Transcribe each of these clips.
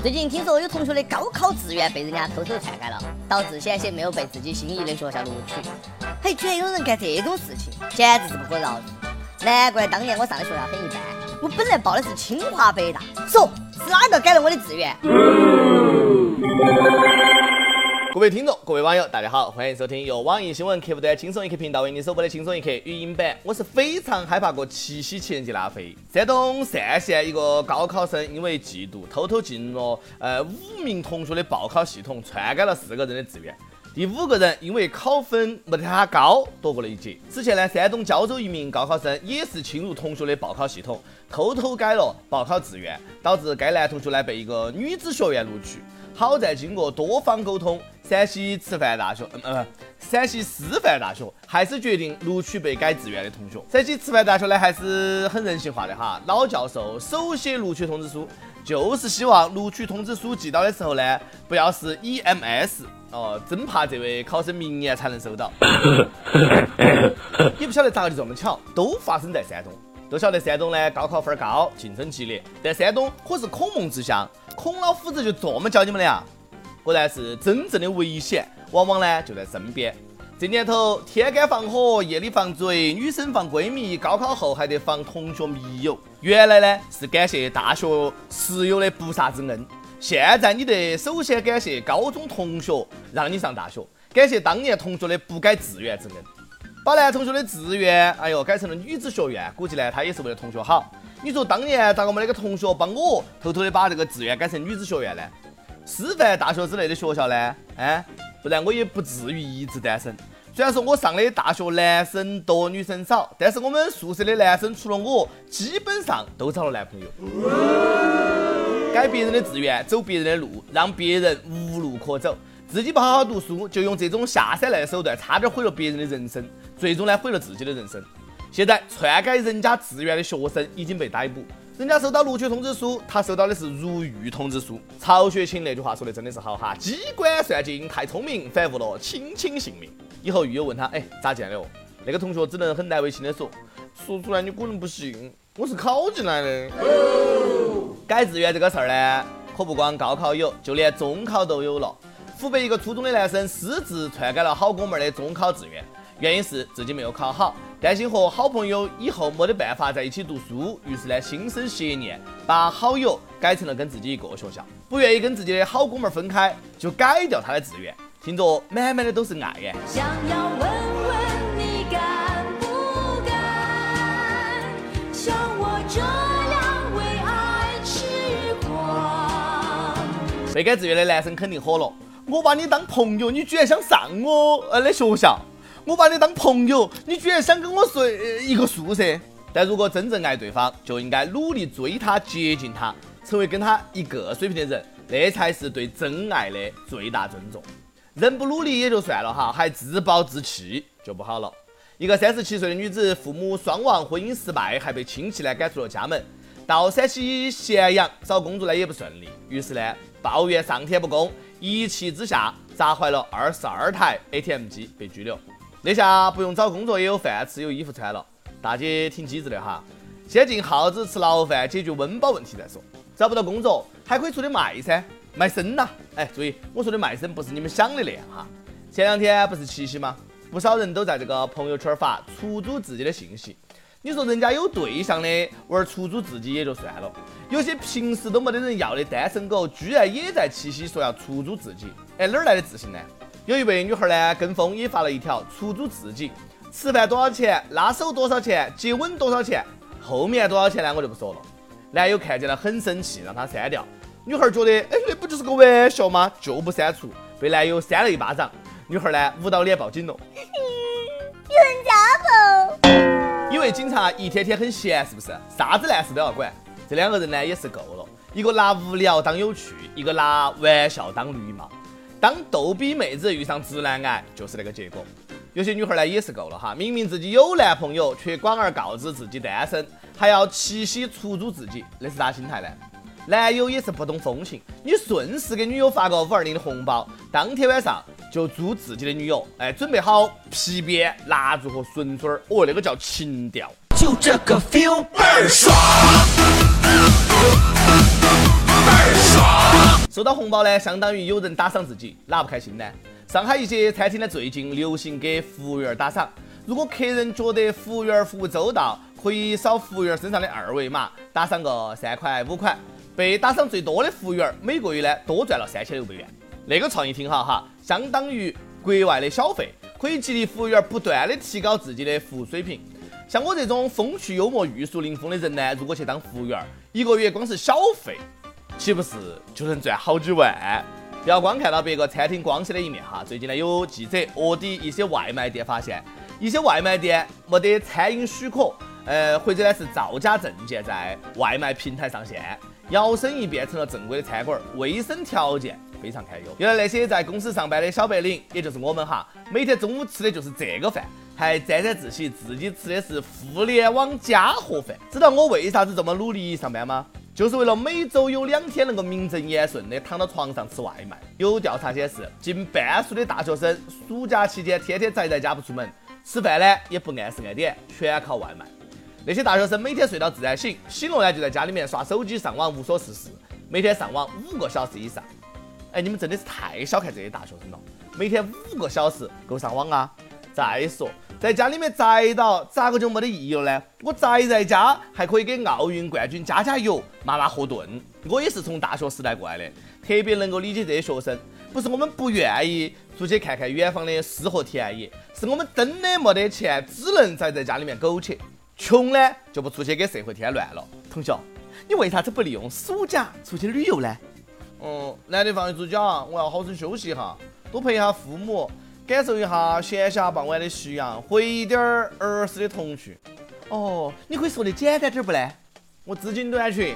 最近听说有同学的高考志愿被人家偷偷篡改了，导致险些没有被自己心仪的学校录取。嘿，居然有人干这种事情，简直是不可饶恕！难怪当年我上的学校很一般，我本来报的是清华北大，说是哪个改了我的志愿？ 各位听众，各位网友，大家好，欢迎收听由网易新闻客户端轻松一刻频道为你首播的轻松一刻语音版。我是非常害怕过7夕情人节那飞。山东单县一个高考生因为嫉妒，偷偷进入5名同学的报考系统，篡改了4个人的志愿。第5个人因为考分没得他高，躲过了一劫。此前呢，山东胶州一名高考生也是侵入同学的报考系统，偷偷改了报考志愿，导致该男同学呢被一个女子学院录取。好在经过多方沟通，陕西师范大学还是决定录取被改志愿的同学。陕西师范大学呢还是很人性化的哈，老教授手写录取通知书，就是希望录取通知书寄到的时候呢，不要是 EMS 真怕这位考生明年才能收到。也不晓得咋个就这么巧，都发生在山东。都晓得山东呢高考分高，竞争激烈，但山东可是孔孟之乡，孔老夫子就这么教你们的呀？果然是真正的危险，往往呢就在身边。这年头天干防火，夜里防贼，女生防闺蜜，高考后还得防同学密友。原来呢是感谢大学室友的不杀之恩，现在你得首先感谢高中同学让你上大学，感谢当年同学的不改志愿之恩。把男同学的志愿改成了女子学院，估计呢他也是为了同学好。你说当年咋个没那个同学帮我偷偷的把这个志愿改成女子学院呢？师范大学之类的学校呢，不然我也不至于一直单身。虽然说我上的大学男生多女生少，但是我们宿舍的男生除了我，基本上都找了男朋友。改别人的志愿，走别人的路，让别人无路可走，自己不好好读书，就用这种下三滥的手段，差点毁了别人的人生，最终呢毁了自己的人生。现在篡改人家志愿的学生已经被逮捕，人家收到录取通知书，他收到的是入狱通知书。曹雪芹那句话说的真的是好哈，机关算尽太聪明，反误了卿卿性命。以后狱友问他，咋见的哦？那个同学只能很难为情的说出来你可能不信，我是考进来的。改志愿这个事儿呢，可不光高考有，就连中考都有了。湖北一个初中的男生私自篡改了好哥们儿的中考志愿，原因是自己没有考好，担心和好朋友以后没得办法在一起读书，于是呢心生邪念，把好友改成了跟自己一个学校，不愿意跟自己的好哥们儿分开，就改掉他的志愿。听着满满的都是爱耶。 想要问问你敢不敢像我这样为爱痴狂。 被改志愿的男生肯定火了，我把你当朋友，你居然想上我的学校，我把你当朋友，你居然想跟我睡一个宿舍。但如果真正爱对方，就应该努力追他，接近他，成为跟他一个水平的人，那才是对真爱的最大尊重。人不努力也就算了哈，还自暴自弃就不好了。一个37岁的女子，父母双亡，婚姻失败，还被亲戚呢赶出了家门。到陕西咸阳找工作呢也不顺利，于是呢抱怨上天不公，一气之下砸坏了22台 ATM 机，被拘留。那下不用找工作也有饭吃，有衣服穿了。大姐挺机智的哈，先进号子吃牢饭，解决温饱问题再说。找不到工作还可以出去卖噻，卖身呐！注意，我说的卖身不是你们想的那样哈。前2天不是7夕吗？不少人都在这个朋友圈发出租自己的信息。你说人家有对象的玩出租自己也就算了，有些平时都没得人要的单身狗，居然也在7夕说要出租自己，哪儿来的自信呢？有一位女孩呢跟风也发了一条出租自己，吃饭多少钱，拉手多少钱，接吻多少钱，后面多少钱呢我就不说了。男友看见了很生气，让他删掉。女孩觉得那不就是个玩笑吗？就不删除，被男友扇了一巴掌。女孩呢捂到脸报警了。 有人家暴。 因为警察一天天很闲，是不是？啥子烂事都要管。这2个人呢也是够了，一个拿无聊当有趣，一个拿玩笑当绿帽。当逗比妹子遇上直男癌，就是那个结果。有些女孩呢也是够了哈，明明自己有男朋友，却广而告之自己单身，还要7夕出租自己，那是啥心态呢？男友也是不懂风情，你顺势给女友发个520的红包，当天晚上就租自己的女友，准备好皮鞭、蜡烛和笋水，那个叫情调。 就这个 feel 倍儿爽，倍儿爽。 收到红包呢，相当于有人打赏自己，哪不开心呢？上海一些餐厅呢，最近流行给服务员打赏。如果客人觉得服务员服务周到，可以扫服务员身上的二维码，打赏个3块5块。被打赏最多的服务员，每个月呢多赚了3600元。那个创意挺好哈，相当于国外的小费，可以激励服务员不断的提高自己的服务水平。像我这种风趣幽默、玉树临风的人呢，如果去当服务员，一个月光是小费，岂不是就能赚好几万？不要光看到别个餐厅光鲜的一面哈。最近呢，有记者臥底一些外卖店，发现一些外卖店没得餐饮许可，或者呢是造假证件在外卖平台上线，摇身一变成了正规的餐馆，卫生条件非常堪忧。原来那些在公司上班的小白领，也就是我们哈，每天中午吃的就是这个饭，还沾沾自喜自己吃的是互联网加盒饭。知道我为啥子这么努力上班吗？就是为了每周有2天能够名正言顺的躺到床上吃外卖。有调查显示，近半数的大学生暑假期间天天宅在家不出门，吃饭呢也不按时按点，全靠外卖。那些大学生每天睡到自然醒，醒了呢就在家里面刷手机上网无所事事，每天上网5个小时以上。哎，你们真的是太小看这些大学生了，每天5个小时够上网啊？再说在家里面宅到咋个就没得意义了呢？我宅在家还可以给奥运冠军加油、麻喝顿。我也是从大学时代过来的，特别能够理解这些学生。不是我们不愿意出去看看远方的诗和田野，是我们真的没得钱，只能宅在家里面苟且。穷呢就不出去给社会添乱了。同学，你为啥子不利用暑假出去旅游呢？难得放一暑假，我要好生休息一下，多陪一下父母，感受一下闲暇傍晚的夕阳，回忆点儿时的童趣。哦，你可以说的简单点不呢？我资金短缺。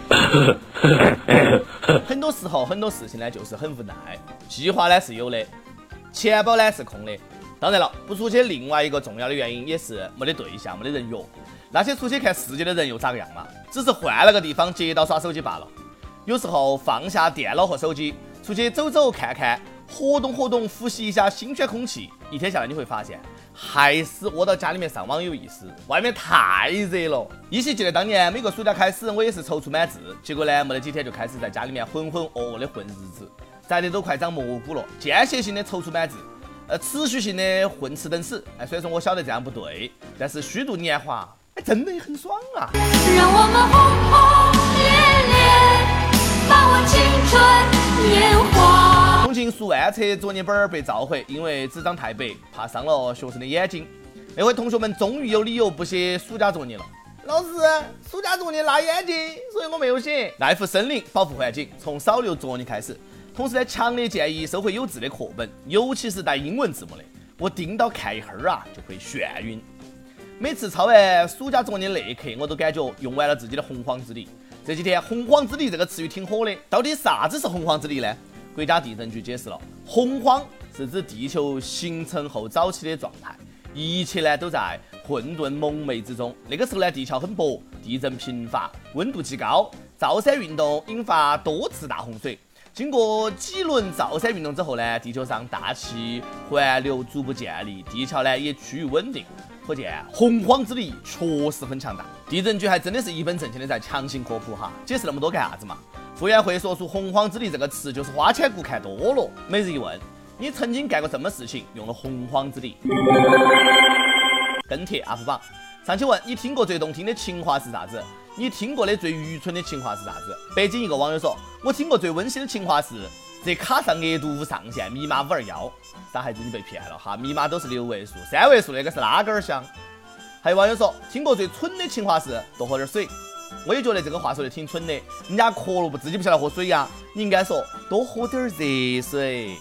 很多时候很多事情呢就是很无奈，计划呢是有的，钱包呢是空的。当然了，不出去另外一个重要的原因也是没得对象，没得人约。那些出去看世界的人又咋个样嘛？只是换了个地方街道耍手机罢了。有时候放下电脑和手机，出去走走看看，活动活动，呼吸一下新鲜空气，一天下来你会发现，还是窝到家里面上网有意思。外面太热了。依稀记得当年每个暑假开始，我也是踌躇满志，结果呢没得几天就开始在家里面浑浑噩噩的混日子，宅得都快长蘑菇了。间歇性的踌躇满志，持续性的混吃等死。虽然说我晓得这样不对，但是虚度年华，真的很爽啊！ 让我们轰轰烈烈，把握青春年华。 重庆数万册作业本被召回，因为纸张太白，怕伤了学生的眼睛。那回同学们终于有理由不写暑假作业了。老师，暑假作业辣眼睛，所以我没有写。爱护森林，保护环境，从少留作业开始。同时呢，强烈建议收回有字的课本，尤其是带英文字幕的，我盯到看一会儿啊就会眩晕。每次抄完暑假作业那一刻，我都感觉用完了自己的洪荒之力。这几天洪荒之力这个词语挺火的，到底啥子是洪荒之力呢？国家地震局解释了，洪荒是指地球形成后早期的状态，一切呢都在混沌蒙昧之中。那个时候呢，地壳很薄，地震频发，温度极高，造山运动引发多次大洪水。经过几轮造山运动之后呢，地球上大气环流逐步建立，地壳呢也趋于稳定。可见洪荒之力确实很强大。地震局还真的是一本正经的在强行科普哈，解释那么多干啥子嘛？傅园慧说出洪荒之力这个词，就是花千骨看多了。每日一问，你曾经干过什么事情用了洪荒之力？跟帖 UP 榜。上期问你听过最动听的情话是啥子？你听过的最愚蠢的情话是啥子？北京一个网友说，我听过最温馨的情话是这卡上额度无上限，密码521。傻孩子，你被骗了哈，密码都是6位数，3位数那个是拉杆香。还有网友说，听过最蠢的情话是多喝点水。我也觉得这个话说的挺蠢的，人家渴了不自己不晓得喝水呀，你应该说多喝点热水。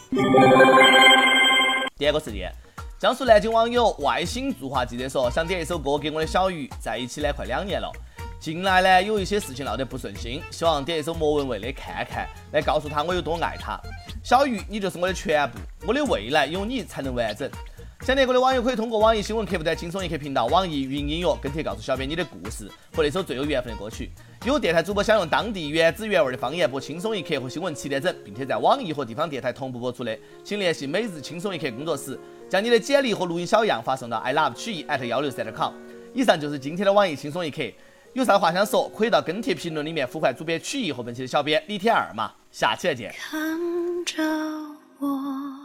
第二个事件，江苏南京网友外星驻华记者说，想点一首歌给我的小鱼，在一起呢快2年了。近来呢有一些事情闹得不顺心，希望点一首莫文蔚的《看看》来告诉他我有多爱他。小鱼，你就是我的全部，我的未来有你才能完整。想点歌的网友可以通过网易新闻客户端轻松一刻频道、网易云音乐跟帖告诉小编你的故事和那首最有缘分的歌曲。有电台主播想用当地原汁原味的方言播轻松一刻和新闻7点整，并且在网易和地方电台同步播出的，请联系每日轻松一刻工作室，将你的简历和录音小样发送到 ilove曲艺@163.com。以上就是今天的网易轻松一刻。有啥话想说，可以到跟帖评论里面呼唤主编曲艺和本期的小编李天二嘛。 下期再见。 看着我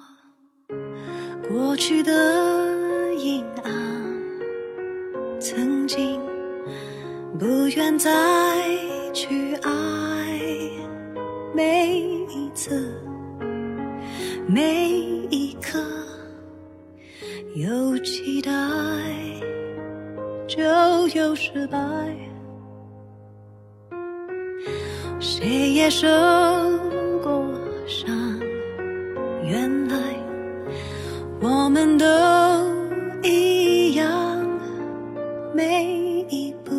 过去的阴暗，曾经不愿再去爱，每一次每一刻有期待就有失败，谁也受过伤，原来我们都一样，每一步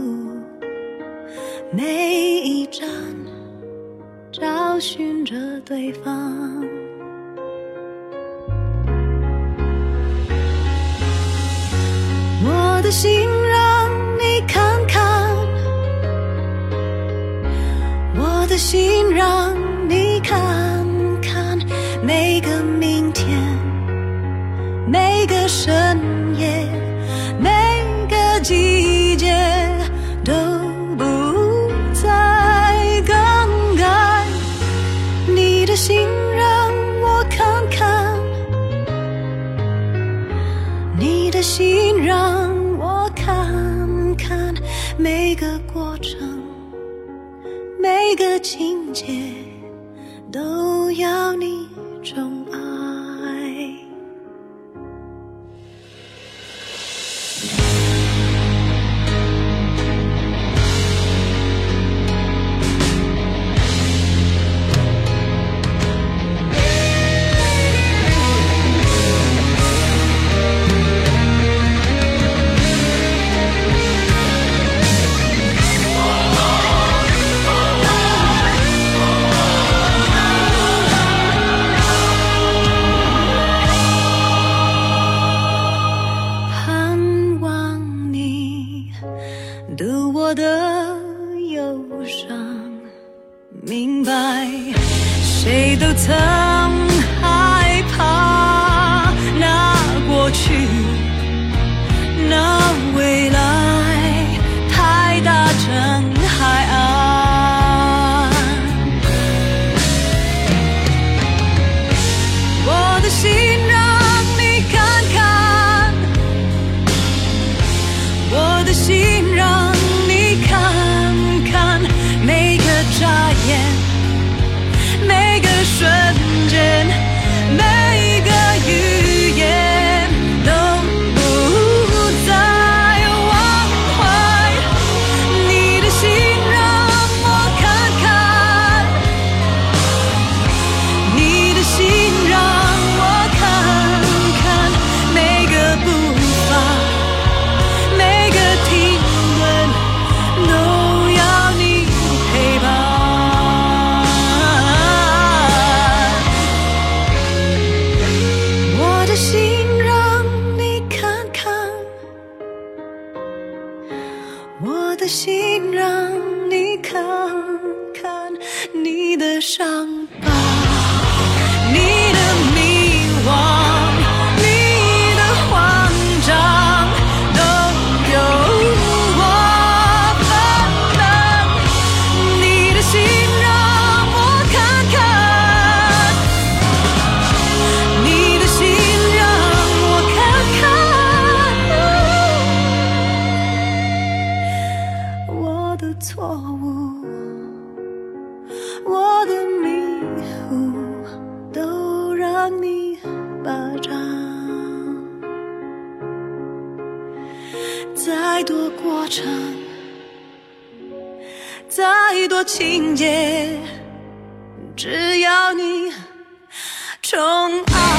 每一站找寻着对方。我的心让你看看，我的心让你看看，每个明天，每个深夜，每个季节都不再更改。你的心让我看看，你的心让我看看，每个过程，每个情节都要你宠爱。读我的忧伤，明白谁都曾害怕那过去，那未来太大成海岸。我的心让你看看，我的心让你看看，每个眨眼，每个瞬间，每个语言都不再忘怀。你的心让我看看，你的心让我看看，每个步伐，每个停顿都要你陪伴。我的心让你看看，我的心让你看看，你的伤疤，你的迷惘，你的慌张，都有我分担。你的心让我看看，你的心让我看看，我的错误，我的迷糊，都让你巴掌。再多过程，再多情节，只要你宠爱。